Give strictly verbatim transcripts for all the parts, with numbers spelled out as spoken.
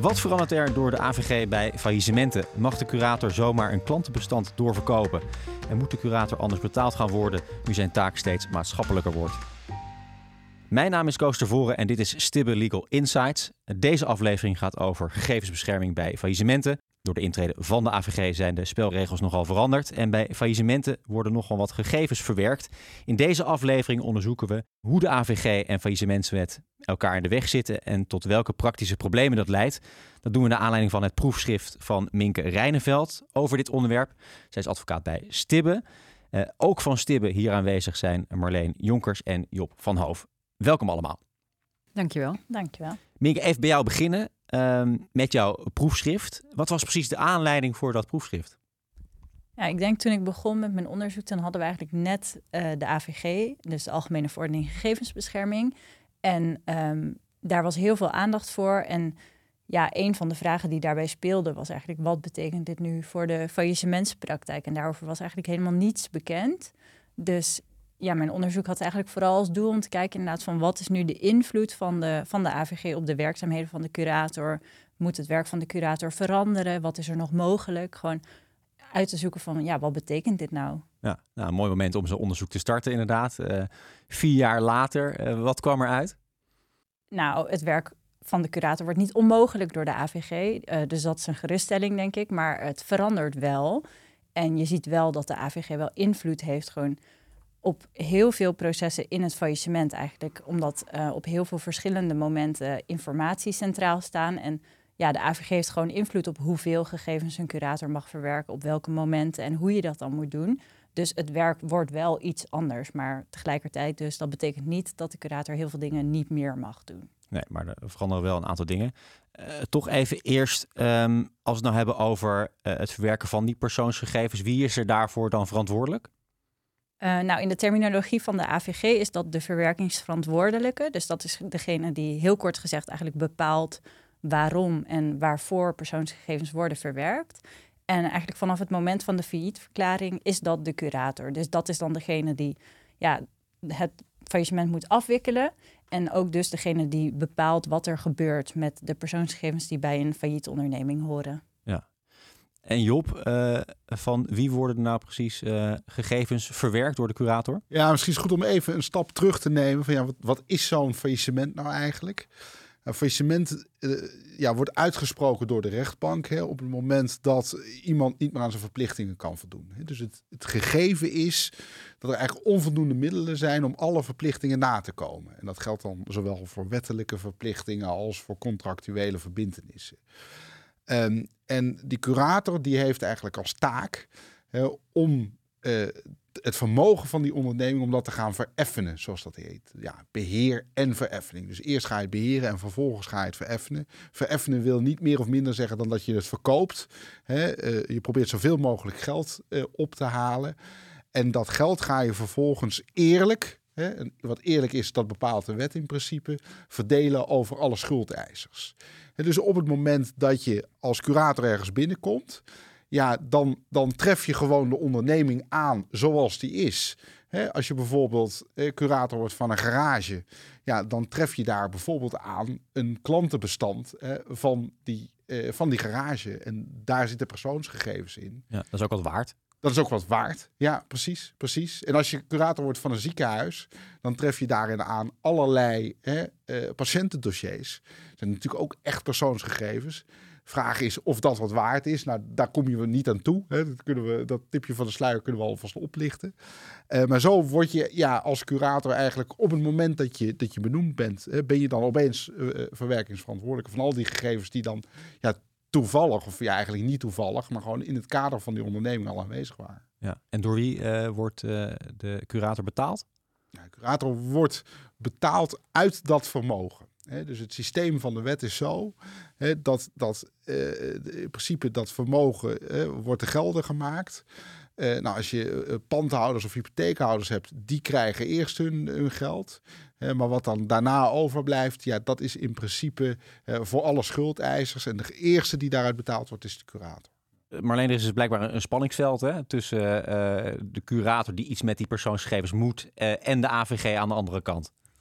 Wat verandert er door de A V G bij faillissementen? Mag de curator zomaar een klantenbestand doorverkopen? En moet de curator anders betaald gaan worden nu zijn taak steeds maatschappelijker wordt? Mijn naam is Koos Tervoren en dit is Stibbe Legal Insights. Deze aflevering gaat over gegevensbescherming bij faillissementen. Door de intrede van de A V G zijn de spelregels nogal veranderd en bij faillissementen worden nogal wat gegevens verwerkt. In deze aflevering onderzoeken we hoe de A V G en faillissementswet elkaar in de weg zitten en tot welke praktische problemen dat leidt. Dat doen we naar aanleiding van het proefschrift van Minke Rijneveld over dit onderwerp. Zij is advocaat bij Stibbe. Uh, ook van Stibbe hier aanwezig zijn Marleen Jonkers en Job van Hoof. Welkom allemaal. Dankjewel. Dankjewel. Minke, even bij jou beginnen um, met jouw proefschrift. Wat was precies de aanleiding voor dat proefschrift? Ja, ik denk toen ik begon met mijn onderzoek, dan hadden we eigenlijk net uh, de A V G, dus de Algemene Verordening Gegevensbescherming. En um, daar was heel veel aandacht voor. En ja, een van de vragen die daarbij speelde was eigenlijk, wat betekent dit nu voor de faillissementspraktijk? En daarover was eigenlijk helemaal niets bekend. Dus ja, mijn onderzoek had eigenlijk vooral als doel om te kijken inderdaad van wat is nu de invloed van de, van de A V G op de werkzaamheden van de curator? Moet het werk van de curator veranderen? Wat is er nog mogelijk? Gewoon uit te zoeken van, ja, wat betekent dit nou? Ja, nou, een mooi moment om zo'n onderzoek te starten inderdaad. Uh, vier jaar later, uh, wat kwam eruit? Nou, het werk van de curator wordt niet onmogelijk door de A V G. Uh, dus dat is een geruststelling, denk ik. Maar het verandert wel. En je ziet wel dat de A V G wel invloed heeft gewoon op heel veel processen in het faillissement eigenlijk. Omdat uh, op heel veel verschillende momenten informatie centraal staan. En ja, de A V G heeft gewoon invloed op hoeveel gegevens een curator mag verwerken, op welke momenten en hoe je dat dan moet doen. Dus het werk wordt wel iets anders. Maar tegelijkertijd dus, dat betekent niet dat de curator heel veel dingen niet meer mag doen. Nee, maar er veranderen wel een aantal dingen. Uh, toch even eerst, um, als we het nou hebben over uh, het verwerken van die persoonsgegevens. Wie is er daarvoor dan verantwoordelijk? Uh, nou, in de terminologie van de A V G is dat de verwerkingsverantwoordelijke. Dus dat is degene die heel kort gezegd eigenlijk bepaalt waarom en waarvoor persoonsgegevens worden verwerkt. En eigenlijk vanaf het moment van de faillietverklaring is dat de curator. Dus dat is dan degene die ja, het faillissement moet afwikkelen. En ook dus degene die bepaalt wat er gebeurt met de persoonsgegevens die bij een failliete onderneming horen. Ja. En Job, uh, van wie worden er nou precies uh, gegevens verwerkt door de curator? Ja, misschien is het goed om even een stap terug te nemen. Van, ja, wat, wat is zo'n faillissement nou eigenlijk? Een faillissement uh, ja, wordt uitgesproken door de rechtbank hè, op het moment dat iemand niet meer aan zijn verplichtingen kan voldoen. Hè. Dus het, het gegeven is dat er eigenlijk onvoldoende middelen zijn om alle verplichtingen na te komen. En dat geldt dan zowel voor wettelijke verplichtingen als voor contractuele verbintenissen. Um, en die curator die heeft eigenlijk als taak hè, om uh, het vermogen van die onderneming om dat te gaan vereffenen, zoals dat heet. Ja, beheer en vereffening. Dus eerst ga je het beheren en vervolgens ga je het vereffenen. Vereffenen wil niet meer of minder zeggen dan dat je het verkoopt. Hè. Uh, je probeert zoveel mogelijk geld uh, op te halen. En dat geld ga je vervolgens eerlijk, hè, en wat eerlijk is, dat bepaalt de wet in principe, verdelen over alle schuldeisers. En dus op het moment dat je als curator ergens binnenkomt, ja, dan, dan tref je gewoon de onderneming aan zoals die is. He, als je bijvoorbeeld eh, curator wordt van een garage, ja, dan tref je daar bijvoorbeeld aan een klantenbestand eh, van, die, eh, van die garage. En daar zitten persoonsgegevens in. Ja, dat is ook wat waard. Dat is ook wat waard. Ja, precies, precies. En als je curator wordt van een ziekenhuis, dan tref je daarin aan allerlei hè, uh, patiëntendossiers. Dat zijn natuurlijk ook echt persoonsgegevens. Vraag is of dat wat waard is. Nou, daar kom je niet aan toe. Hè. Dat, kunnen we, dat tipje van de sluier kunnen we alvast oplichten. Uh, maar zo word je ja, als curator eigenlijk op het moment dat je, dat je benoemd bent, hè, ben je dan opeens uh, verwerkingsverantwoordelijke van al die gegevens die dan ja, toevallig, of ja eigenlijk niet toevallig, maar gewoon in het kader van die onderneming al aanwezig waren. Ja. En door wie uh, wordt uh, de curator betaald? Ja, de curator wordt betaald uit dat vermogen. He, dus het systeem van de wet is zo he, dat, dat uh, in principe dat vermogen uh, wordt te gelden gemaakt. Uh, nou, als je uh, pandhouders of hypotheekhouders hebt, die krijgen eerst hun, hun geld. Uh, maar wat dan daarna overblijft, ja, dat is in principe uh, voor alle schuldeisers. En de eerste die daaruit betaald wordt, is de curator. Marleen, er is dus blijkbaar een spanningsveld hè, tussen uh, de curator die iets met die persoonsgegevens moet uh, en de A V G aan de andere kant.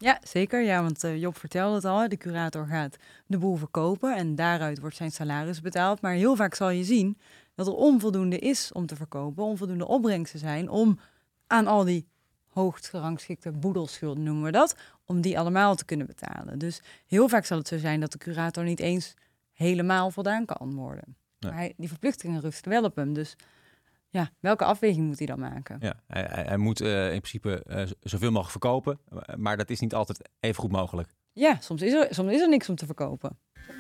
Ja, zeker. Ja, want uh, Job vertelde het al. De curator gaat de boel verkopen en daaruit wordt zijn salaris betaald. Maar heel vaak zal je zien dat er onvoldoende is om te verkopen, onvoldoende opbrengsten zijn om aan al die hoogst gerangschikte boedelschulden, noemen we dat, om die allemaal te kunnen betalen. Dus heel vaak zal het zo zijn dat de curator niet eens helemaal voldaan kan worden. Ja. Maar hij, die verplichtingen rusten wel op hem. Dus ja, welke afweging moet hij dan maken? Ja, hij, hij, hij moet uh, in principe uh, zoveel mogelijk verkopen, maar dat is niet altijd even goed mogelijk. Ja, soms is er, soms is er niks om te verkopen.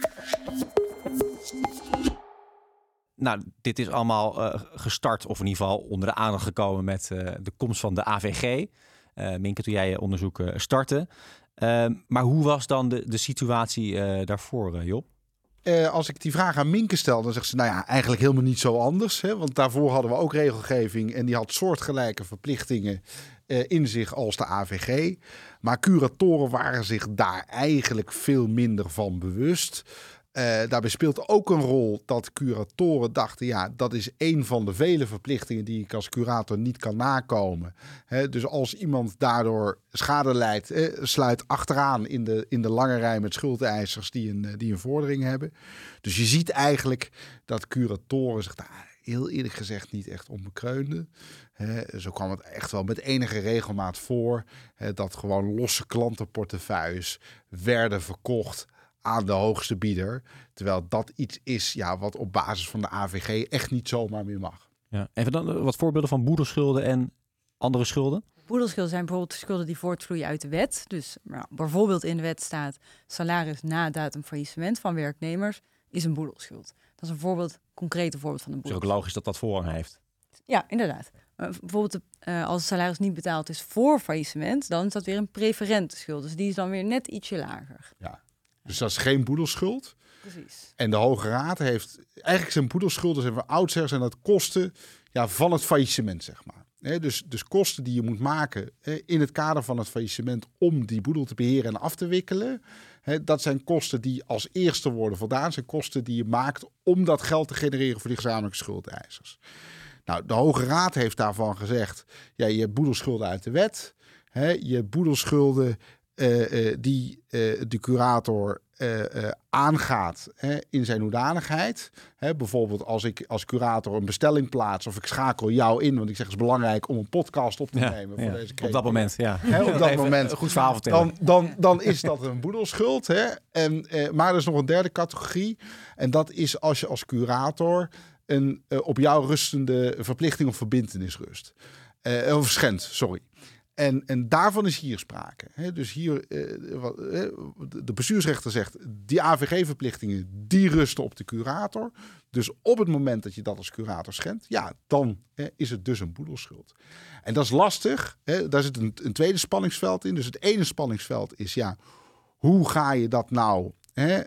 Nou, dit is allemaal uh, gestart, of in ieder geval onder de aandacht gekomen met uh, de komst van de A V G. Uh, Minke, toen jij je onderzoek uh, startte. Uh, maar hoe was dan de, de situatie uh, daarvoor, uh, Job? Uh, als ik die vraag aan Minke stel, dan zegt ze, nou ja, eigenlijk helemaal niet zo anders. Hè? Want daarvoor hadden we ook regelgeving en die had soortgelijke verplichtingen uh, in zich als de A V G. Maar curatoren waren zich daar eigenlijk veel minder van bewust. Uh, daarbij speelt ook een rol dat curatoren dachten, ja, dat is een van de vele verplichtingen die ik als curator niet kan nakomen. He, dus als iemand daardoor schade leidt, eh, sluit achteraan in de, in de lange rij met schuldeisers die een, die een vordering hebben. Dus je ziet eigenlijk dat curatoren zich daar heel eerlijk gezegd niet echt om bekreunden. He, zo kwam het echt wel met enige regelmaat voor, he, dat gewoon losse klantenportefeuilles werden verkocht aan de hoogste bieder. Terwijl dat iets is, ja, wat op basis van de A V G echt niet zomaar meer mag. Ja. Even dan wat voorbeelden van boedelschulden en andere schulden? Boedelschulden zijn bijvoorbeeld schulden die voortvloeien uit de wet. Dus nou, bijvoorbeeld in de wet staat salaris na datum faillissement van werknemers is een boedelschuld. Dat is een voorbeeld, concrete voorbeeld van een boedelschuld. Het is ook logisch dat dat voorrang heeft. Ja, inderdaad. Uh, bijvoorbeeld uh, als het salaris niet betaald is voor faillissement, dan is dat weer een preferente schuld. Dus die is dan weer net ietsje lager. Ja. Dus dat is geen boedelschuld. Precies. En de Hoge Raad heeft... Eigenlijk zijn boedelschulden zijn van oudsher zijn dat kosten ja, van het faillissement, zeg maar. He, dus, dus kosten die je moet maken he, in het kader van het faillissement om die boedel te beheren en af te wikkelen. He, dat zijn kosten die als eerste worden voldaan. zijn kosten die je maakt om dat geld te genereren voor die gezamenlijke schuldeisers. Nou, de Hoge Raad heeft daarvan gezegd, ja, je hebt boedelschulden uit de wet. He, je hebt boedelschulden Uh, uh, die uh, de curator uh, uh, aangaat hè, in zijn hoedanigheid. Hè, bijvoorbeeld als ik als curator een bestelling plaats of ik schakel jou in, want ik zeg het is belangrijk om een podcast op te ja, nemen. Ja. Voor deze op dat moment, ja. Hè, op dat Even moment. Een goed verhaal vertellen. Dan, dan, dan is dat een boedelschuld. Hè. En, uh, maar er is nog een derde categorie. En dat is als je als curator een uh, op jou rustende verplichting of verbintenis rust. Uh, of schendt, sorry. En, en daarvan is hier sprake. He, dus hier, uh, wat, uh, de bestuursrechter zegt, die A V G-verplichtingen, die rusten op de curator. Dus op het moment dat je dat als curator schendt, ja, dan uh, is het dus een boedelschuld. En dat is lastig. Hè, daar zit een, een tweede spanningsveld in. Dus het ene spanningsveld is, ja, hoe ga je dat nou hè,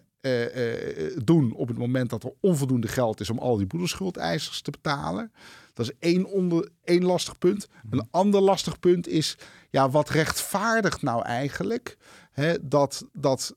uh, uh, doen op het moment dat er onvoldoende geld is om al die boedelschuldeischers te betalen? Dat is één, onder, één lastig punt. Een ander lastig punt is, ja, wat rechtvaardigt nou eigenlijk hè, dat, dat,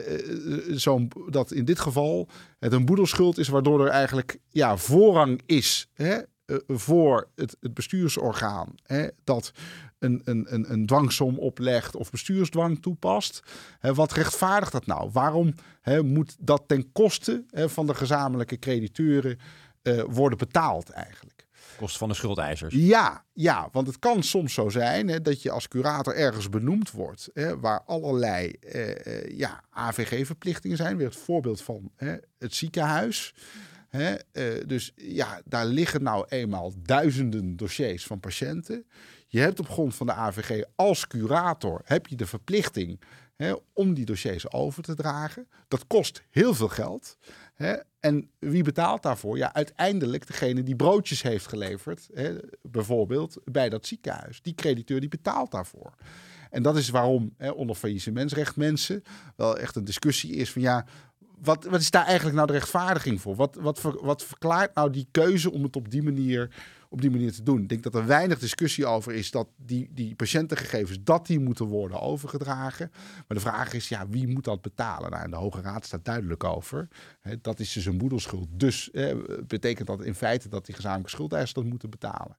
uh, zo'n, dat in dit geval het een boedelschuld is, waardoor er eigenlijk ja, voorrang is hè, uh, voor het, het bestuursorgaan hè, dat een, een, een, een dwangsom oplegt of bestuursdwang toepast. Hè, wat rechtvaardigt dat nou? Waarom hè, moet dat ten koste hè, van de gezamenlijke crediteuren uh, worden betaald eigenlijk? Kosten van de schuldeisers. Ja, ja, want het kan soms zo zijn hè, dat je als curator ergens benoemd wordt, hè, waar allerlei uh, ja, A V G-verplichtingen zijn. Weer het voorbeeld van hè, het ziekenhuis. Hè, uh, dus ja, daar liggen nou eenmaal duizenden dossiers van patiënten. Je hebt op grond van de A V G als curator heb je de verplichting hè, om die dossiers over te dragen. Dat kost heel veel geld. Hè. En wie betaalt daarvoor? Ja, uiteindelijk degene die broodjes heeft geleverd, hè, bijvoorbeeld bij dat ziekenhuis. Die crediteur die betaalt daarvoor. En dat is waarom hè, onder faillissementsrecht mensen wel echt een discussie is van ja, wat, wat is daar eigenlijk nou de rechtvaardiging voor? Wat, wat, ver, wat verklaart nou die keuze om het op die manier, op die manier te doen? Ik denk dat er weinig discussie over is dat die, die patiëntengegevens dat die moeten worden overgedragen. Maar de vraag is, ja, wie moet dat betalen? Nou, en de Hoge Raad staat duidelijk over. He, dat is dus een boedelschuld. Dus eh, betekent dat in feite dat die gezamenlijke schuldeisers dat moeten betalen.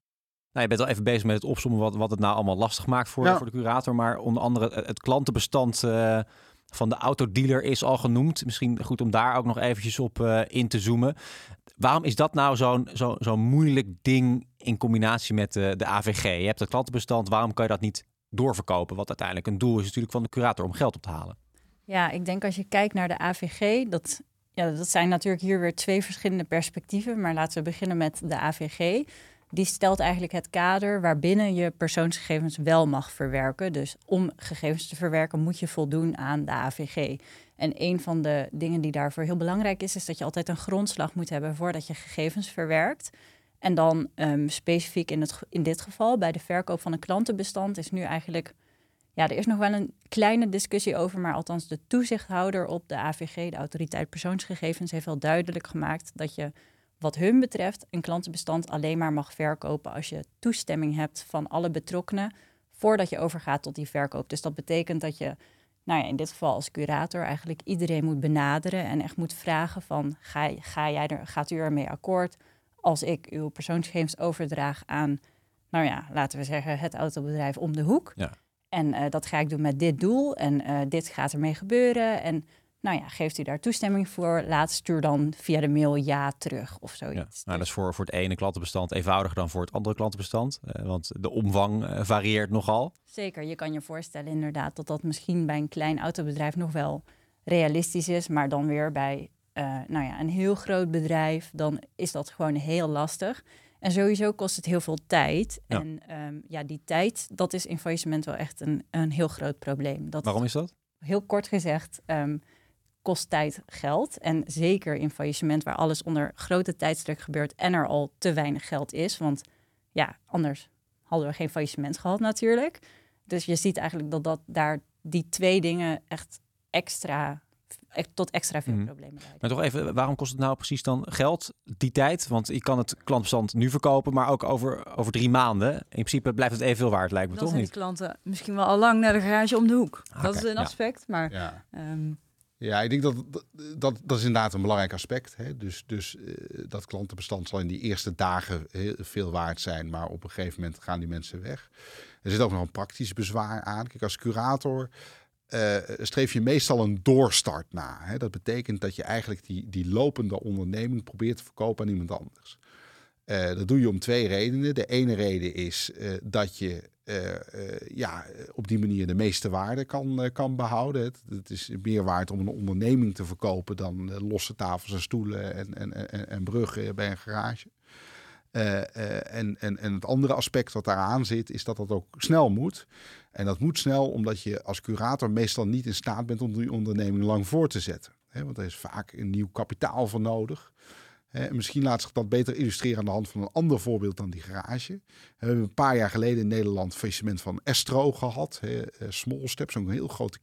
Nou, je bent wel even bezig met het opzommen wat, wat het nou allemaal lastig maakt voor, Ja. voor de curator. Maar onder andere het, het klantenbestand uh, van de autodealer is al genoemd. Misschien goed om daar ook nog eventjes op uh, in te zoomen. Waarom is dat nou zo'n, zo, zo'n moeilijk ding in combinatie met de, de A V G? Je hebt het klantenbestand, waarom kan je dat niet doorverkopen? Wat uiteindelijk een doel is natuurlijk van de curator om geld op te halen. Ja, ik denk als je kijkt naar de A V G, dat, ja, dat zijn natuurlijk hier weer twee verschillende perspectieven. Maar laten we beginnen met de A V G. Die stelt eigenlijk het kader waarbinnen je persoonsgegevens wel mag verwerken. Dus om gegevens te verwerken moet je voldoen aan de A V G. En een van de dingen die daarvoor heel belangrijk is, is dat je altijd een grondslag moet hebben voordat je gegevens verwerkt. En dan um, specifiek in, het, in dit geval bij de verkoop van een klantenbestand is nu eigenlijk... Ja, er is nog wel een kleine discussie over, maar althans de toezichthouder op de A V G, de Autoriteit Persoonsgegevens, heeft wel duidelijk gemaakt dat je wat hun betreft een klantenbestand alleen maar mag verkopen als je toestemming hebt van alle betrokkenen voordat je overgaat tot die verkoop. Dus dat betekent dat je, nou ja, in dit geval als curator eigenlijk iedereen moet benaderen en echt moet vragen van, ga, ga jij er, gaat u ermee akkoord als ik uw persoonsgegevens overdraag aan, nou ja, laten we zeggen, het autobedrijf om de hoek. Ja. En uh, dat ga ik doen met dit doel en uh, dit gaat ermee gebeuren. En nou ja, geeft u daar toestemming voor? Laat stuur dan via de mail ja terug of zoiets. Ja, nou, dat is voor, voor het ene klantenbestand eenvoudiger dan voor het andere klantenbestand. Uh, want de omvang uh, varieert nogal. Zeker, je kan je voorstellen inderdaad dat dat misschien bij een klein autobedrijf nog wel realistisch is. Maar dan weer bij uh, nou ja, een heel groot bedrijf, dan is dat gewoon heel lastig. En sowieso kost het heel veel tijd. Ja. En um, ja, die tijd, dat is in faillissement wel echt een, een heel groot probleem. Dat, Waarom is dat? Heel kort gezegd, um, kost tijd geld. En zeker in faillissement, waar alles onder grote tijdsdruk gebeurt en er al te weinig geld is. Want ja, anders hadden we geen faillissement gehad natuurlijk. Dus je ziet eigenlijk dat, dat daar die twee dingen echt extra... tot extra veel mm. problemen leiden. Maar toch even, waarom kost het nou precies dan geld, die tijd? Want je kan het klantbestand nu verkopen, maar ook over, over drie maanden. In principe blijft het evenveel waard, lijkt me dan toch niet? Dan zijn die klanten misschien wel al lang naar de garage om de hoek. Okay, dat is een ja. aspect, maar... Ja. Um, Ja, ik denk dat dat, dat is inderdaad een belangrijk aspect. Hè? Dus, dus uh, dat klantenbestand zal in die eerste dagen heel veel waard zijn, maar op een gegeven moment gaan die mensen weg. Er zit ook nog een praktisch bezwaar aan. Kijk, als curator uh, streef je meestal een doorstart na. Hè? Dat betekent dat je eigenlijk die, die lopende onderneming probeert te verkopen aan iemand anders. Uh, dat doe je om twee redenen. De ene reden is uh, dat je uh, uh, ja, op die manier de meeste waarde kan, uh, kan behouden. Het, het is meer waard om een onderneming te verkopen dan uh, losse tafels en stoelen en, en, en, en bruggen bij een garage. Uh, uh, en, en, en het andere aspect wat daaraan zit, is dat dat ook snel moet. En dat moet snel omdat je als curator meestal niet in staat bent om die onderneming lang voor te zetten. He, want er is vaak een nieuw kapitaal voor nodig. He, misschien laat zich dat beter illustreren aan de hand van een ander voorbeeld dan die garage. We hebben een paar jaar geleden in Nederland het faillissement van Estro gehad. He, uh, Small Steps, zo'n heel grote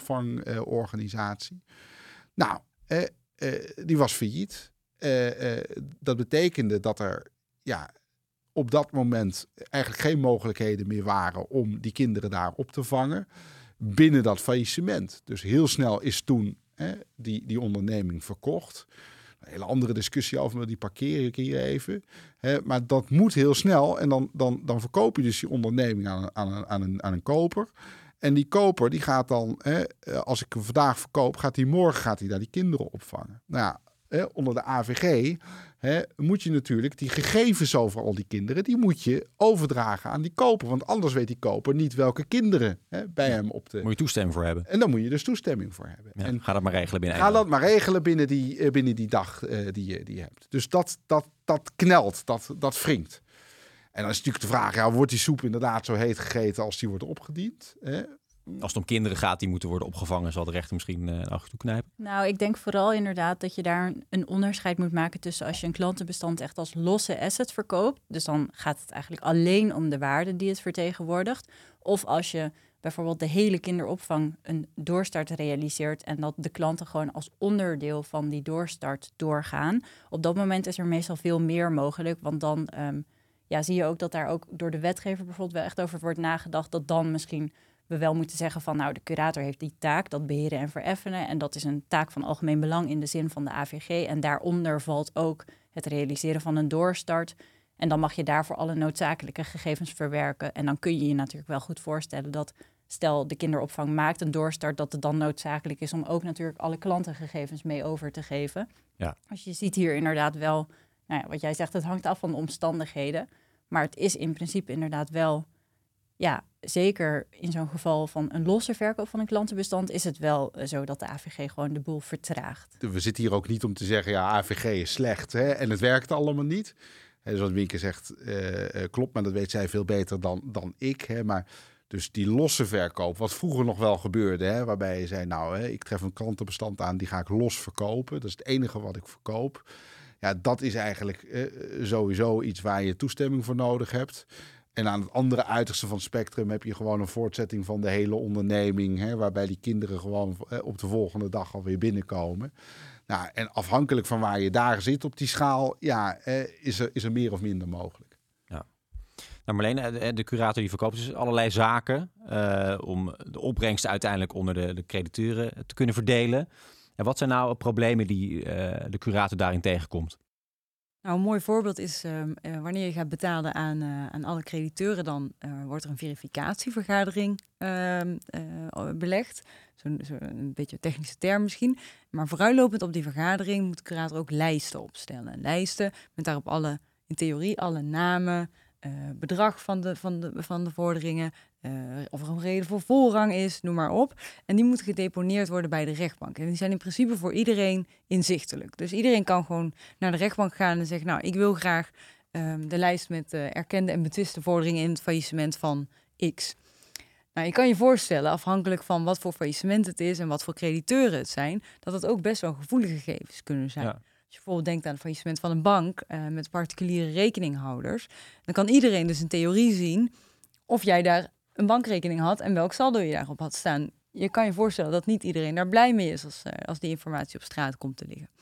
kinderopvangorganisatie. Uh, nou, uh, uh, die was failliet. Uh, uh, dat betekende dat er ja, op dat moment eigenlijk geen mogelijkheden meer waren om die kinderen daar op te vangen binnen dat faillissement. Dus heel snel is toen hè, die, die onderneming verkocht. Een hele andere discussie over, maar die parkeer ik hier even. Hè, maar dat moet heel snel en dan, dan, dan verkoop je dus die onderneming aan, aan, aan, een, aan een koper. En die koper die gaat dan, hè, als ik hem vandaag verkoop, gaat hij morgen gaat hij daar die kinderen opvangen. Nou ja, hè, onder de A V G hè, moet je natuurlijk die gegevens over al die kinderen, die moet je overdragen aan die koper. Want anders weet die koper niet welke kinderen hè, bij ja. hem op de... Moet je toestemming voor hebben. En dan moet je dus toestemming voor hebben. Ja, en ga dat maar regelen binnen Ga dat maar regelen binnen die, binnen die dag uh, die, je, die je hebt. Dus dat, dat, dat knelt, dat, dat wringt. En dan is natuurlijk de vraag, ja, wordt die soep inderdaad zo heet gegeten als die wordt opgediend? Hè? Als het om kinderen gaat die moeten worden opgevangen, zal de rechter misschien uh, een oogje toeknijpen? Nou, ik denk vooral inderdaad dat je daar een onderscheid moet maken tussen als je een klantenbestand echt als losse asset verkoopt. Dus dan gaat het eigenlijk alleen om de waarde die het vertegenwoordigt. Of als je bijvoorbeeld de hele kinderopvang een doorstart realiseert en dat de klanten gewoon als onderdeel van die doorstart doorgaan. Op dat moment is er meestal veel meer mogelijk, want dan um, ja, zie je ook dat daar ook door de wetgever bijvoorbeeld wel echt over wordt nagedacht dat dan misschien we wel moeten zeggen van nou, de curator heeft die taak, dat beheren en vereffenen. En dat is een taak van algemeen belang in de zin van de A V G. En daaronder valt ook het realiseren van een doorstart. En dan mag je daarvoor alle noodzakelijke gegevens verwerken. En dan kun je je natuurlijk wel goed voorstellen dat, stel de kinderopvang maakt een doorstart, dat het dan noodzakelijk is om ook natuurlijk alle klantengegevens mee over te geven. Ja. Dus je ziet hier inderdaad wel, nou ja, wat jij zegt, het hangt af van de omstandigheden. Maar het is in principe inderdaad wel, ja, zeker in zo'n geval van een losse verkoop van een klantenbestand, is het wel uh, zo dat de A V G gewoon de boel vertraagt. We zitten hier ook niet om te zeggen, ja, A V G is slecht, hè, en het werkt allemaal niet. Hè, zoals Wienke zegt, uh, uh, klopt, maar dat weet zij veel beter dan, dan ik. Hè, maar dus die losse verkoop, wat vroeger nog wel gebeurde, hè, waarbij je zei, nou, hè, ik tref een klantenbestand aan, die ga ik los verkopen. Dat is het enige wat ik verkoop. Ja, dat is eigenlijk uh, sowieso iets waar je toestemming voor nodig hebt. En aan het andere uiterste van het spectrum heb je gewoon een voortzetting van de hele onderneming, hè, waarbij die kinderen gewoon uh, op de volgende dag alweer binnenkomen. Nou, en afhankelijk van waar je daar zit op die schaal, ja, uh, is, er, is er meer of minder mogelijk. Ja. Nou Marleen, de curator die verkoopt dus allerlei zaken uh, om de opbrengsten uiteindelijk onder de, de crediteuren te kunnen verdelen. En wat zijn nou problemen die uh, de curator daarin tegenkomt? Nou, een mooi voorbeeld is uh, uh, wanneer je gaat betalen aan, uh, aan alle crediteuren, dan uh, wordt er een verificatievergadering uh, uh, belegd. Zo'n zo een beetje een technische term misschien. Maar vooruitlopend op die vergadering moet de curator ook lijsten opstellen. Lijsten met daarop alle, in theorie, alle namen, uh, bedrag van de, van de, van de vorderingen, uh, of er een reden voor voorrang is, noem maar op. En die moeten gedeponeerd worden bij de rechtbank. En die zijn in principe voor iedereen inzichtelijk. Dus iedereen kan gewoon naar de rechtbank gaan en zeggen, nou, ik wil graag um, de lijst met uh, erkende en betwiste vorderingen in het faillissement van X. Nou, je kan je voorstellen, afhankelijk van wat voor faillissement het is en wat voor crediteuren het zijn, dat het ook best wel gevoelige gegevens kunnen zijn. Ja. Als je bijvoorbeeld denkt aan het faillissement van een bank uh, met particuliere rekeninghouders, dan kan iedereen dus in theorie zien of jij daar een bankrekening had en welk saldo je daarop had staan. Je kan je voorstellen dat niet iedereen daar blij mee is als, uh, als die informatie op straat komt te liggen.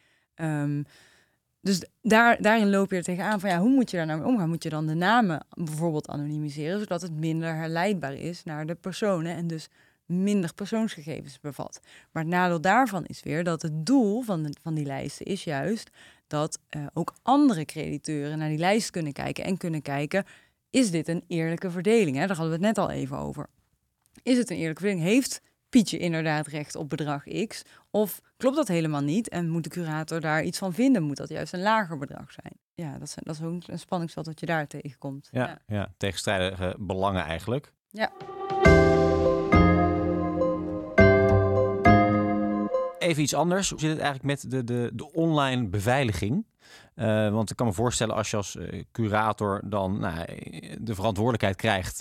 Um, dus daar, daarin loop je er tegenaan van, ja, hoe moet je daar nou mee omgaan? Moet je dan de namen bijvoorbeeld anonimiseren, zodat het minder herleidbaar is naar de personen en dus minder persoonsgegevens bevat. Maar het nadeel daarvan is weer dat het doel van, de, van die lijsten is juist dat uh, ook andere crediteuren naar die lijst kunnen kijken en kunnen kijken, is dit een eerlijke verdeling? Hè? Daar hadden we het net al even over. Is het een eerlijke verdeling? Heeft Pietje inderdaad recht op bedrag X? Of klopt dat helemaal niet? En moet de curator daar iets van vinden? Moet dat juist een lager bedrag zijn? Ja, dat is, dat is ook een spanningsveld dat je daar tegenkomt. Ja, ja. ja, tegenstrijdige belangen eigenlijk. Ja. Even iets anders. Hoe zit het eigenlijk met de, de, de online beveiliging? Uh, want ik kan me voorstellen als je als uh, curator dan nou, de verantwoordelijkheid krijgt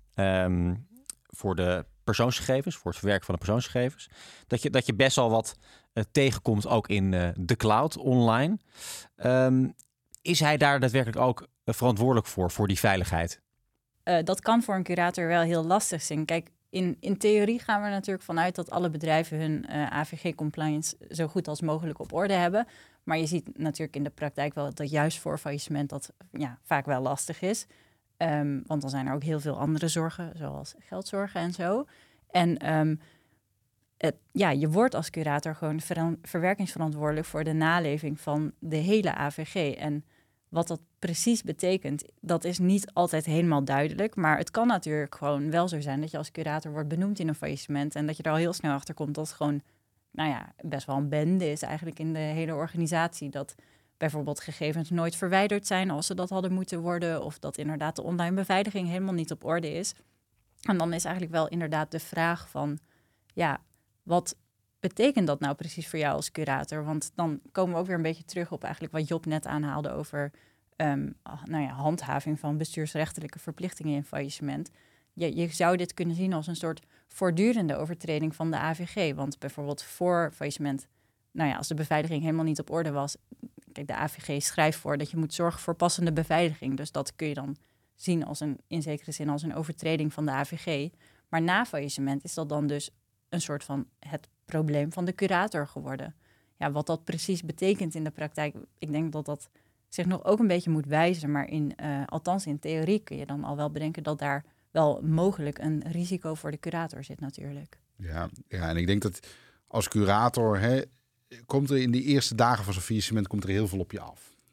um, voor de persoonsgegevens, voor het verwerken van de persoonsgegevens, dat je, dat je best wel wat uh, tegenkomt ook in uh, de cloud online. Um, is hij daar daadwerkelijk ook uh, verantwoordelijk voor, voor die veiligheid? Uh, dat kan voor een curator wel heel lastig zijn. Kijk, in, in theorie gaan we er natuurlijk vanuit dat alle bedrijven hun uh, A V G-compliance zo goed als mogelijk op orde hebben. Maar je ziet natuurlijk in de praktijk wel dat juist voor faillissement dat ja, vaak wel lastig is. Um, want dan zijn er ook heel veel andere zorgen, zoals geldzorgen en zo. En um, het, ja, je wordt als curator gewoon ver- verwerkingsverantwoordelijk voor de naleving van de hele A V G. En wat dat precies betekent, dat is niet altijd helemaal duidelijk. Maar het kan natuurlijk gewoon wel zo zijn dat je als curator wordt benoemd in een faillissement en dat je er al heel snel achter komt dat het gewoon, nou ja, best wel een bende is eigenlijk in de hele organisatie. Dat bijvoorbeeld gegevens nooit verwijderd zijn als ze dat hadden moeten worden, of dat inderdaad de online beveiliging helemaal niet op orde is. En dan is eigenlijk wel inderdaad de vraag van, ja, wat betekent dat nou precies voor jou als curator? Want dan komen we ook weer een beetje terug op eigenlijk wat Job net aanhaalde over um, nou ja, handhaving van bestuursrechtelijke verplichtingen in faillissement. Je, je zou dit kunnen zien als een soort voortdurende overtreding van de A V G. Want bijvoorbeeld voor faillissement, nou ja, als de beveiliging helemaal niet op orde was, kijk, de A V G schrijft voor dat je moet zorgen voor passende beveiliging. Dus dat kun je dan zien als een, in zekere zin als een overtreding van de A V G. Maar na faillissement is dat dan dus een soort van het probleem van de curator geworden. Ja, wat dat precies betekent in de praktijk, ik denk dat dat zich nog ook een beetje moet wijzen. Maar in, uh, althans in theorie kun je dan al wel bedenken dat daar wel mogelijk een risico voor de curator zit natuurlijk. Ja, ja, en ik denk dat als curator, hè, komt er in die eerste dagen van zo'n faillissement komt er heel veel op je af.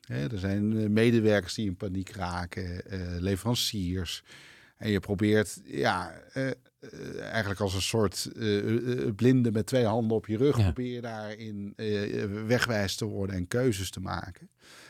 Hè, er zijn medewerkers die in paniek raken, uh, leveranciers. En je probeert ja, uh, uh, eigenlijk als een soort uh, uh, blinde met twee handen op je rug... Ja. probeer je daarin uh, wegwijs te worden en keuzes te maken.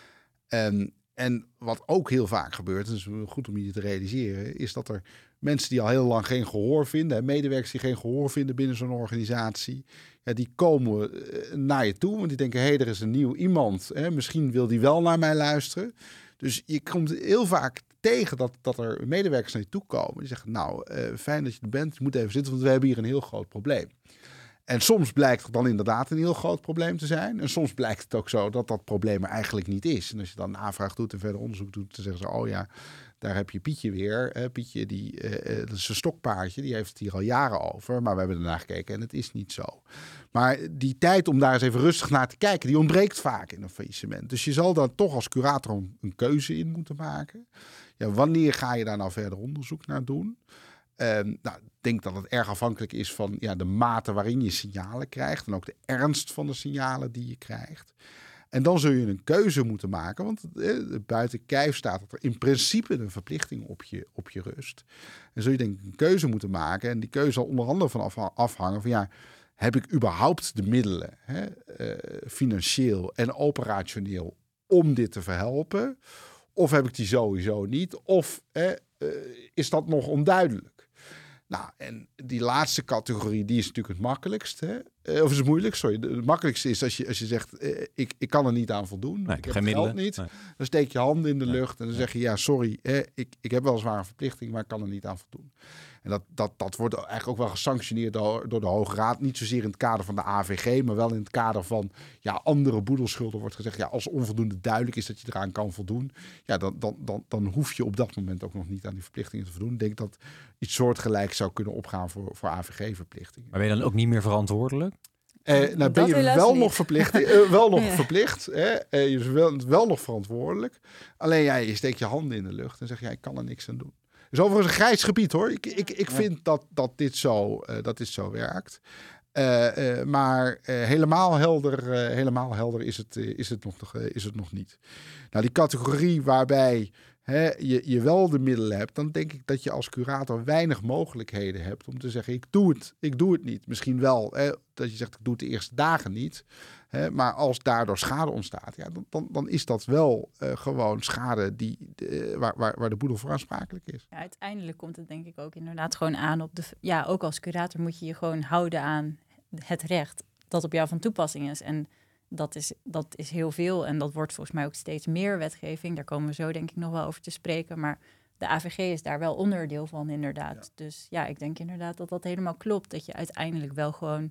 En, en wat ook heel vaak gebeurt, en het is goed om je te realiseren... is dat er mensen die al heel lang geen gehoor vinden... en medewerkers die geen gehoor vinden binnen zo'n organisatie... Ja, die komen uh, naar je toe, want die denken... hé, hey, er is een nieuw iemand, hè? Misschien wil die wel naar mij luisteren. Dus je komt heel vaak tegen dat, dat er medewerkers naar je toe komen. Die zeggen, nou, uh, fijn dat je er bent, je moet even zitten... want we hebben hier een heel groot probleem. En soms blijkt het dan inderdaad een heel groot probleem te zijn. En soms blijkt het ook zo dat dat probleem er eigenlijk niet is. En als je dan een aanvraag doet en verder onderzoek doet... dan zeggen ze, oh ja, daar heb je Pietje weer. Hè? Pietje, die, uh, dat is een stokpaardje, die heeft het hier al jaren over. Maar we hebben ernaar gekeken en het is niet zo. Maar die tijd om daar eens even rustig naar te kijken... die ontbreekt vaak in een faillissement. Dus je zal dan toch als curator een keuze in moeten maken. Ja, wanneer ga je daar nou verder onderzoek naar doen? Um, nou, ik denk dat het erg afhankelijk is van ja, de mate waarin je signalen krijgt... en ook de ernst van de signalen die je krijgt. En dan zul je een keuze moeten maken... want eh, buiten kijf staat dat er in principe een verplichting op je, op je rust. En zul je denk ik een keuze moeten maken... en die keuze zal onder andere van af, afhangen van... ja, heb ik überhaupt de middelen, hè, uh, financieel en operationeel... om dit te verhelpen? Of heb ik die sowieso niet? Of eh, uh, is dat nog onduidelijk? Nou, en die laatste categorie, die is natuurlijk het makkelijkst. Hè? Uh, of is het moeilijk? Sorry. Het makkelijkste is als je, als je zegt, uh, ik, ik kan er niet aan voldoen. Nee, ik heb geen het geld middelen. niet. Nee. Dan steek je handen in de Ja. lucht en dan zeg je, ja, sorry, hè, ik, ik heb weliswaar een verplichting, maar ik kan er niet aan voldoen. En dat, dat, dat wordt eigenlijk ook wel gesanctioneerd door, door de Hoge Raad. Niet zozeer in het kader van de A V G, maar wel in het kader van ja, andere boedelschulden wordt gezegd. Ja, als onvoldoende duidelijk is dat je eraan kan voldoen, ja, dan, dan, dan, dan hoef je op dat moment ook nog niet aan die verplichtingen te voldoen. Ik denk dat iets soortgelijks zou kunnen opgaan voor, voor A V G-verplichtingen. Maar ben je dan ook niet meer verantwoordelijk? Uh, nou Dat ben je helaas wel niet. nog verplicht, uh, wel nog Ja. verplicht. Hè? Uh, je is wel, wel nog verantwoordelijk. Alleen ja, je steekt je handen in de lucht en zeg ja, ik kan er niks aan doen. Dus overigens een grijs gebied hoor. Ik, ik, ik vind dat, dat, dit zo, uh, dat dit zo werkt. Uh, uh, maar uh, helemaal, helder, uh, helemaal helder is het, uh, is, het nog, uh, is het nog niet. Nou, die categorie waarbij hè, je, je wel de middelen hebt, dan denk ik dat je als curator weinig mogelijkheden hebt om te zeggen, ik doe het, ik doe het niet. Misschien wel hè, dat je zegt, ik doe het de eerste dagen niet. Hè, maar als daardoor schade ontstaat, ja, dan, dan, dan is dat wel uh, gewoon schade die, uh, waar, waar, waar de boedel voor aansprakelijk is. Ja, uiteindelijk komt het denk ik ook inderdaad gewoon aan op de... Ja, ook als curator moet je je gewoon houden aan het recht dat op jou van toepassing is. En dat is, dat is heel veel en dat wordt volgens mij ook steeds meer wetgeving. Daar komen we zo denk ik nog wel over te spreken. Maar de A V G is daar wel onderdeel van inderdaad. Ja. Dus ja, ik denk inderdaad dat dat helemaal klopt. Dat je uiteindelijk wel gewoon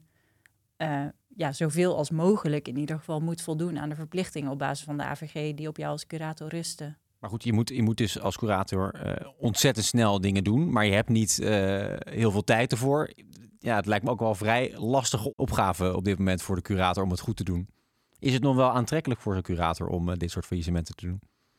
uh, ja, zoveel als mogelijk in ieder geval moet voldoen aan de verplichtingen op basis van de A V G die op jou als curator rusten. Maar goed, je moet, je moet dus als curator uh, ontzettend snel dingen doen, maar je hebt niet uh, heel veel tijd ervoor. Ja, het lijkt me ook wel een vrij lastige opgave op dit moment voor de curator om het goed te doen. Is het nog wel aantrekkelijk voor de curator om uh, dit soort faillissementen te doen?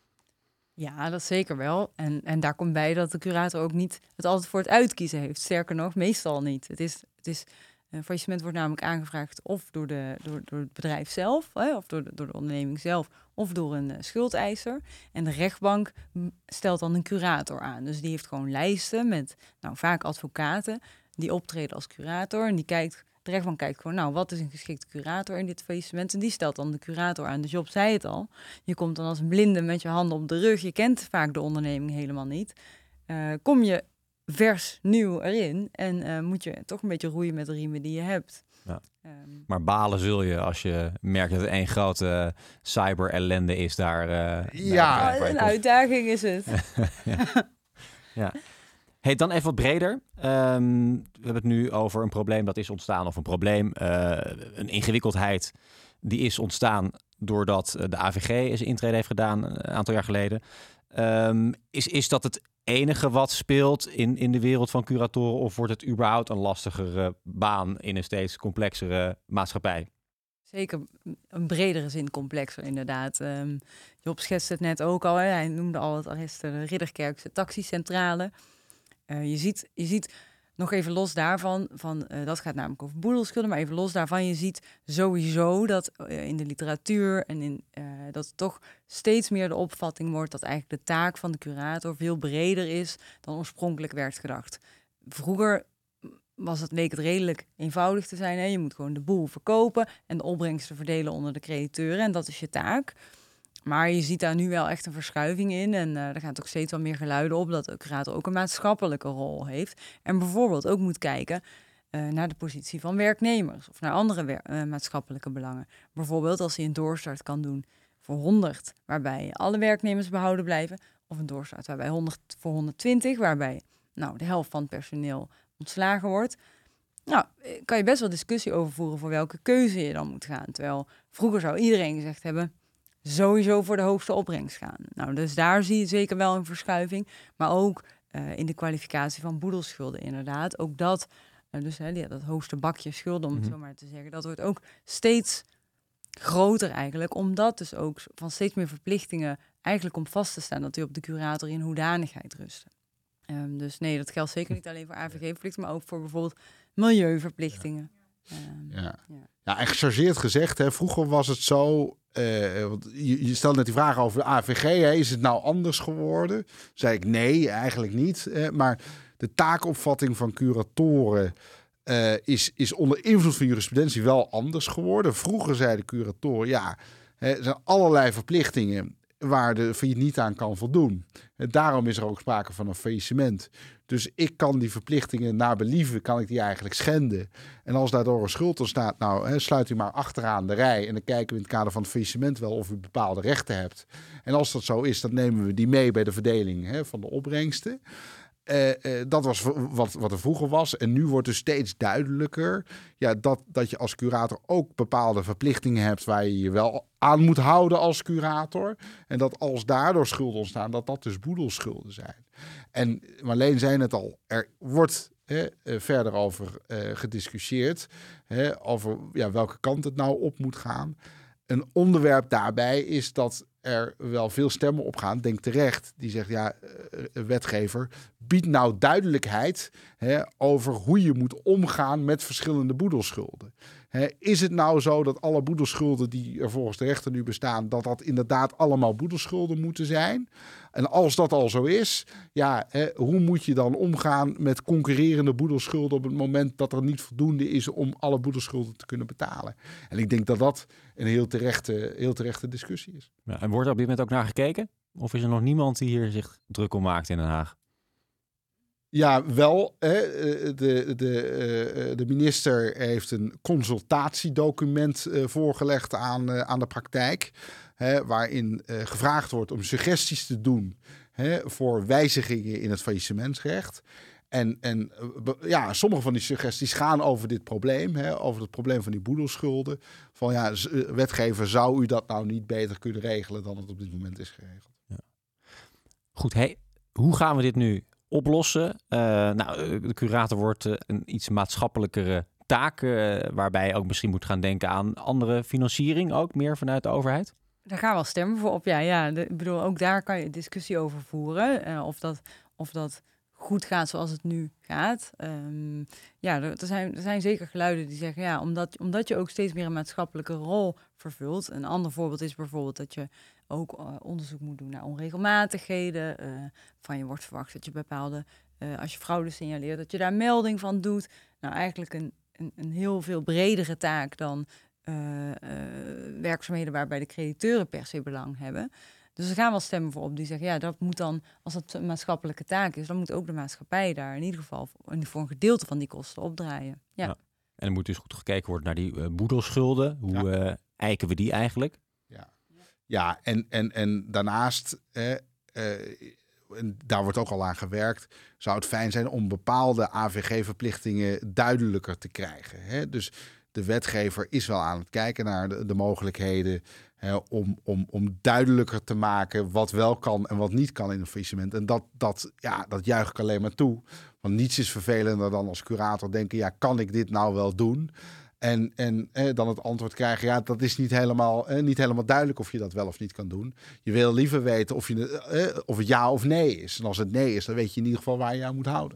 Ja, dat zeker wel. En, en daar komt bij dat de curator ook niet het altijd voor het uitkiezen heeft. Sterker nog, meestal niet. Het is, het is, een faillissement wordt namelijk aangevraagd of door, de, door, door het bedrijf zelf, hè, of door de, door de onderneming zelf, of door een uh, schuldeiser. En de rechtbank stelt dan een curator aan. Dus die heeft gewoon lijsten met nou, vaak advocaten die optreden als curator. En die kijkt, de rechtbank kijkt gewoon, nou, wat is een geschikte curator in dit faillissement? En die stelt dan de curator aan. Dus Job zei het al, je komt dan als een blinde met je handen op de rug. Je kent vaak de onderneming helemaal niet. Uh, kom je vers nieuw erin en uh, moet je toch een beetje roeien met de riemen die je hebt. Ja. Um, maar balen zul je als je merkt dat het één grote uh, cyber-ellende is daar. Uh, ja, daar een uitdaging is het. ja. ja. Hey, dan even wat breder. Um, we hebben het nu over een probleem dat is ontstaan, of een probleem, uh, een ingewikkeldheid die is ontstaan doordat de A V G zijn intrede heeft gedaan een aantal jaar geleden. Um, is, is dat het enige wat speelt in, in de wereld van curatoren, of wordt het überhaupt een lastigere baan in een steeds complexere maatschappij? Zeker een bredere zin complexer, inderdaad. Um, Job schetste het net ook al. Hè. Hij noemde al het arrest de Ridderkerkse taxicentrale. Uh, je ziet, je ziet nog even los daarvan, van, uh, dat gaat namelijk over boedelschulden, maar even los daarvan, je ziet sowieso dat uh, in de literatuur en in, uh, dat het toch steeds meer de opvatting wordt dat eigenlijk de taak van de curator veel breder is dan oorspronkelijk werd gedacht. Vroeger was het, leek het redelijk eenvoudig te zijn. Hè? Je moet gewoon de boel verkopen en de opbrengsten verdelen onder de crediteuren en dat is je taak. Maar je ziet daar nu wel echt een verschuiving in. En uh, er gaan toch steeds wel meer geluiden op dat de curator ook een maatschappelijke rol heeft. En bijvoorbeeld ook moet kijken uh, naar de positie van werknemers of naar andere wer- uh, maatschappelijke belangen. Bijvoorbeeld als hij een doorstart kan doen voor honderd, waarbij alle werknemers behouden blijven. Of een doorstart waarbij honderd voor honderdtwintig, waarbij nou, de helft van het personeel ontslagen wordt. Nou, kan je best wel discussie over voeren voor welke keuze je dan moet gaan. Terwijl vroeger zou iedereen gezegd hebben, sowieso voor de hoogste opbrengst gaan. Nou, dus daar zie je zeker wel een verschuiving. Maar ook uh, in de kwalificatie van boedelschulden inderdaad. Ook dat, uh, dus hè, die, dat hoogste bakje schulden, om het Mm-hmm. zo maar te zeggen, dat wordt ook steeds groter eigenlijk. Omdat dus ook van steeds meer verplichtingen eigenlijk om vast te staan dat die op de curator in hoedanigheid rusten. Um, dus nee, dat geldt zeker niet alleen voor A V G-verplichtingen, maar ook voor bijvoorbeeld milieuverplichtingen. Ja, um, ja. ja. ja en gechargeerd gezegd, hè, vroeger was het zo, uh, want je, je stelde net die vraag over de A V G, hè, is het nou anders geworden? Zei ik nee, eigenlijk niet. Hè, maar de taakopvatting van curatoren uh, is, is onder invloed van jurisprudentie wel anders geworden. Vroeger zeiden curatoren, ja, hè, er zijn allerlei verplichtingen waar de failliet niet aan kan voldoen. En daarom is er ook sprake van een faillissement. Dus ik kan die verplichtingen naar believen, kan ik die eigenlijk schenden. En als daardoor een schuld ontstaat, nou, hè, sluit u maar achteraan de rij. En dan kijken we in het kader van het faillissement wel of u bepaalde rechten hebt. En als dat zo is, dan nemen we die mee bij de verdeling, hè, van de opbrengsten. Uh, uh, dat was wat, wat er vroeger was. En nu wordt het steeds duidelijker ja, dat, dat je als curator ook bepaalde verplichtingen hebt waar je je wel aan moet houden als curator. En dat als daardoor schulden ontstaan, dat dat dus boedelschulden zijn. En Marleen zei het al, er wordt hè, uh, verder over uh, gediscussieerd. Hè, over ja, welke kant het nou op moet gaan. Een onderwerp daarbij is dat er wel veel stemmen op gaan. Denk terecht, die zegt, ja, uh, wetgever, bied nou duidelijkheid hè, over hoe je moet omgaan met verschillende boedelschulden. Hè, is het nou zo dat alle boedelschulden die er volgens de rechter nu bestaan, dat dat inderdaad allemaal boedelschulden moeten zijn? En als dat al zo is, ja, hè, hoe moet je dan omgaan met concurrerende boedelschulden op het moment dat er niet voldoende is om alle boedelschulden te kunnen betalen? En ik denk dat dat een heel terechte, heel terechte discussie is. Ja, en wordt er op dit moment ook naar gekeken? Of is er nog niemand die hier zich druk om maakt in Den Haag? Ja, wel. Hè, de, de, de minister heeft een consultatiedocument voorgelegd aan, aan de praktijk. Hè, waarin uh, gevraagd wordt om suggesties te doen hè, voor wijzigingen in het faillissementsrecht. En, en ja, sommige van die suggesties gaan over dit probleem, hè, over het probleem van die boedelschulden. Van ja, wetgever, zou u dat nou niet beter kunnen regelen dan het op dit moment is geregeld? Ja. Goed, hey, hoe gaan we dit nu oplossen? Uh, nou, de curator wordt uh, een iets maatschappelijkere taak, uh, waarbij je ook misschien moet gaan denken aan andere financiering, ook meer vanuit de overheid. Daar gaan wel stemmen voor op, ja. ja de, ik bedoel, ook daar kan je discussie over voeren. Uh, of, dat, of dat goed gaat zoals het nu gaat. Um, ja, er, er, zijn, er zijn zeker geluiden die zeggen, ja, omdat, omdat je ook steeds meer een maatschappelijke rol vervult. Een ander voorbeeld is bijvoorbeeld dat je ook uh, onderzoek moet doen naar onregelmatigheden. Uh, van je wordt verwacht dat je bepaalde, uh, als je fraude signaleert, dat je daar melding van doet. Nou, eigenlijk een, een, een heel veel bredere taak dan Uh, uh, werkzaamheden waarbij de crediteuren per se belang hebben. Dus er gaan wel stemmen voor op die zeggen, ja, dat moet dan, als dat een maatschappelijke taak is, dan moet ook de maatschappij daar in ieder geval voor, voor een gedeelte van die kosten opdraaien. Ja. Ja. En er moet dus goed gekeken worden naar die uh, boedelschulden. Hoe ja. uh, eiken we die eigenlijk? Ja, ja en, en, en daarnaast, eh, uh, en daar wordt ook al aan gewerkt, zou het fijn zijn om bepaalde A V G-verplichtingen duidelijker te krijgen. Hè? Dus de wetgever is wel aan het kijken naar de, de mogelijkheden hè, om, om, om duidelijker te maken wat wel kan en wat niet kan in een faillissement. En dat, dat, ja, dat juich ik alleen maar toe. Want niets is vervelender dan als curator denken, ja, kan ik dit nou wel doen? En, en eh, dan het antwoord krijgen, ja, dat is niet helemaal, eh, niet helemaal duidelijk of je dat wel of niet kan doen. Je wil liever weten of, je, eh, of het ja of nee is. En als het nee is, dan weet je in ieder geval waar je aan moet houden.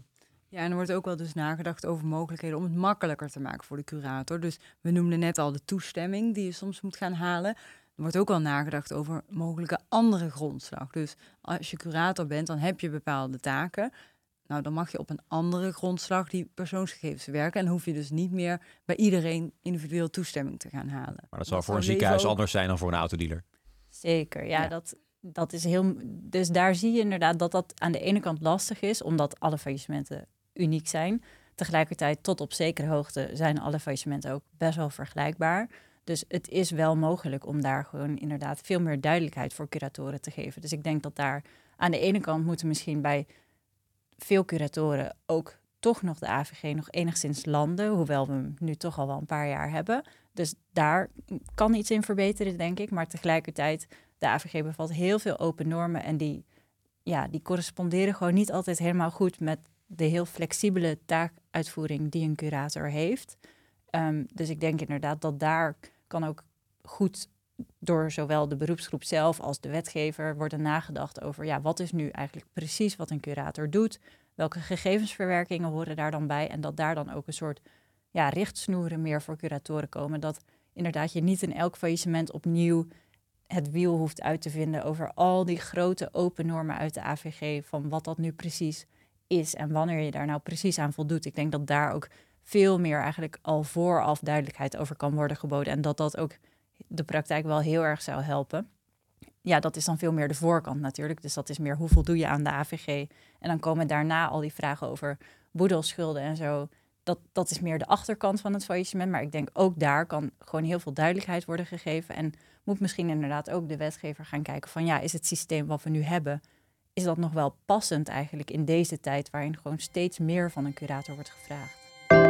Ja, en er wordt ook wel dus nagedacht over mogelijkheden om het makkelijker te maken voor de curator. Dus we noemden net al de toestemming die je soms moet gaan halen. Er wordt ook wel nagedacht over mogelijke andere grondslag. Dus als je curator bent, dan heb je bepaalde taken. Nou, dan mag je op een andere grondslag die persoonsgegevens werken. En hoef je dus niet meer bij iedereen individueel toestemming te gaan halen. Maar dat zal voor een ziekenhuis ook anders zijn dan voor een autodealer. Zeker, ja, Ja. Dat, dat is heel... Dus daar zie je inderdaad dat dat aan de ene kant lastig is, omdat alle faillissementen uniek zijn. Tegelijkertijd, tot op zekere hoogte, zijn alle faillissementen ook best wel vergelijkbaar. Dus het is wel mogelijk om daar gewoon inderdaad veel meer duidelijkheid voor curatoren te geven. Dus ik denk dat daar aan de ene kant moeten misschien bij veel curatoren ook toch nog de A V G nog enigszins landen, hoewel we hem nu toch al wel een paar jaar hebben. Dus daar kan iets in verbeteren, denk ik. Maar tegelijkertijd, de A V G bevat heel veel open normen en die, ja, die corresponderen gewoon niet altijd helemaal goed met de heel flexibele taakuitvoering die een curator heeft. Um, dus ik denk inderdaad dat daar kan ook goed door zowel de beroepsgroep zelf als de wetgever worden nagedacht over, ja, wat is nu eigenlijk precies wat een curator doet? Welke gegevensverwerkingen horen daar dan bij? En dat daar dan ook een soort ja, richtsnoeren meer voor curatoren komen. Dat inderdaad je niet in elk faillissement opnieuw het wiel hoeft uit te vinden over al die grote open normen uit de A V G van wat dat nu precies is en wanneer je daar nou precies aan voldoet. Ik denk dat daar ook veel meer eigenlijk al vooraf duidelijkheid over kan worden geboden en dat dat ook de praktijk wel heel erg zou helpen. Ja, dat is dan veel meer de voorkant natuurlijk. Dus dat is meer hoe voldoe je aan de A V G. En dan komen daarna al die vragen over boedelschulden en zo. Dat, dat is meer de achterkant van het faillissement. Maar ik denk ook daar kan gewoon heel veel duidelijkheid worden gegeven. En moet misschien inderdaad ook de wetgever gaan kijken van ja, is het systeem wat we nu hebben, is dat nog wel passend eigenlijk in deze tijd waarin gewoon steeds meer van een curator wordt gevraagd.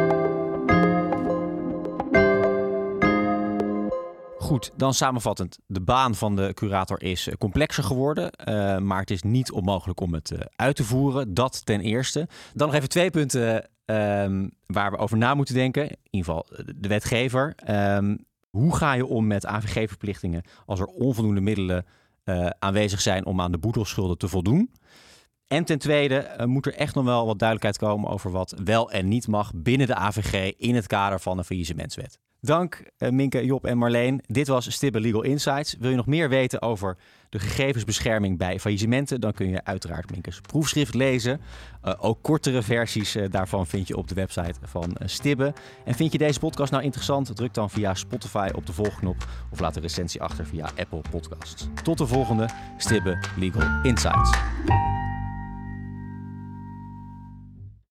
Goed, dan samenvattend. De baan van de curator is complexer geworden, uh, maar het is niet onmogelijk om het uh, uit te voeren. Dat ten eerste. Dan nog even twee punten uh, waar we over na moeten denken. In ieder geval de wetgever. Um, hoe ga je om met A V G-verplichtingen als er onvoldoende middelen uh, aanwezig zijn om aan de boedelschulden te voldoen? En ten tweede uh, moet er echt nog wel wat duidelijkheid komen over wat wel en niet mag binnen de A V G in het kader van een faillissementswet. Dank uh, Minke, Job en Marleen. Dit was Stibbe Legal Insights. Wil je nog meer weten over de gegevensbescherming bij faillissementen? Dan kun je uiteraard Minke's proefschrift lezen. Uh, ook kortere versies uh, daarvan vind je op de website van uh, Stibbe. En vind je deze podcast nou interessant? Druk dan via Spotify op de volgknop of laat een recensie achter via Apple Podcasts. Tot de volgende Stibbe Legal Insights.